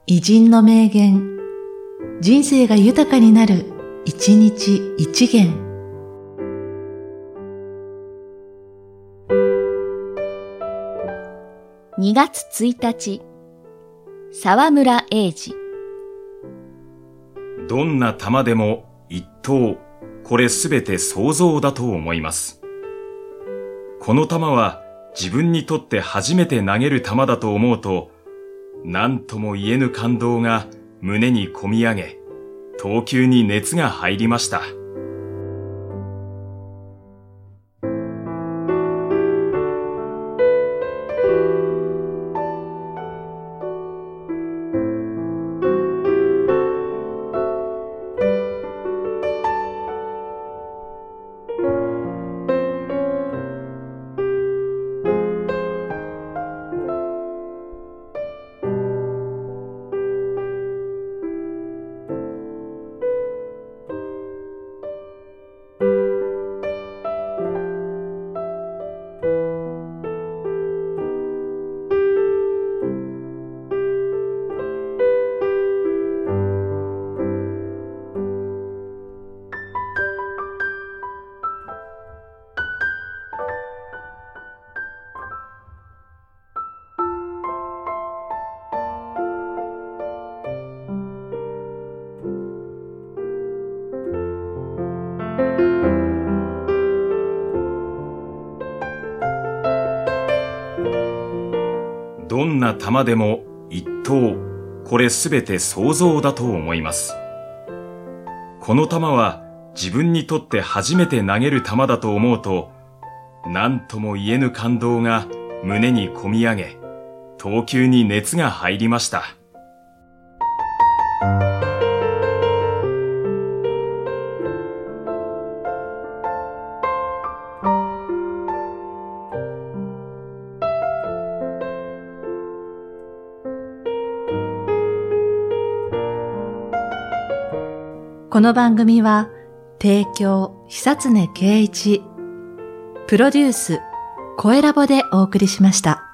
偉人の名言、人生が豊かになる、一日一元。 2月1日、沢村栄治。 どんな球でも一投、これすべて想像だと思います。この球は自分にとって初めて投げる球だと思うと、何とも言えぬ感動が胸にこみ上げ、投球に熱が入りました。どんな球でも一投、これすべて想像だと思います。この球は自分にとって初めて投げる球だと思うと、何とも言えぬ感動が胸にこみ上げ、投球に熱が入りました。 この番組は、提供、久常圭一、プロデュース、声ラボでお送りしました。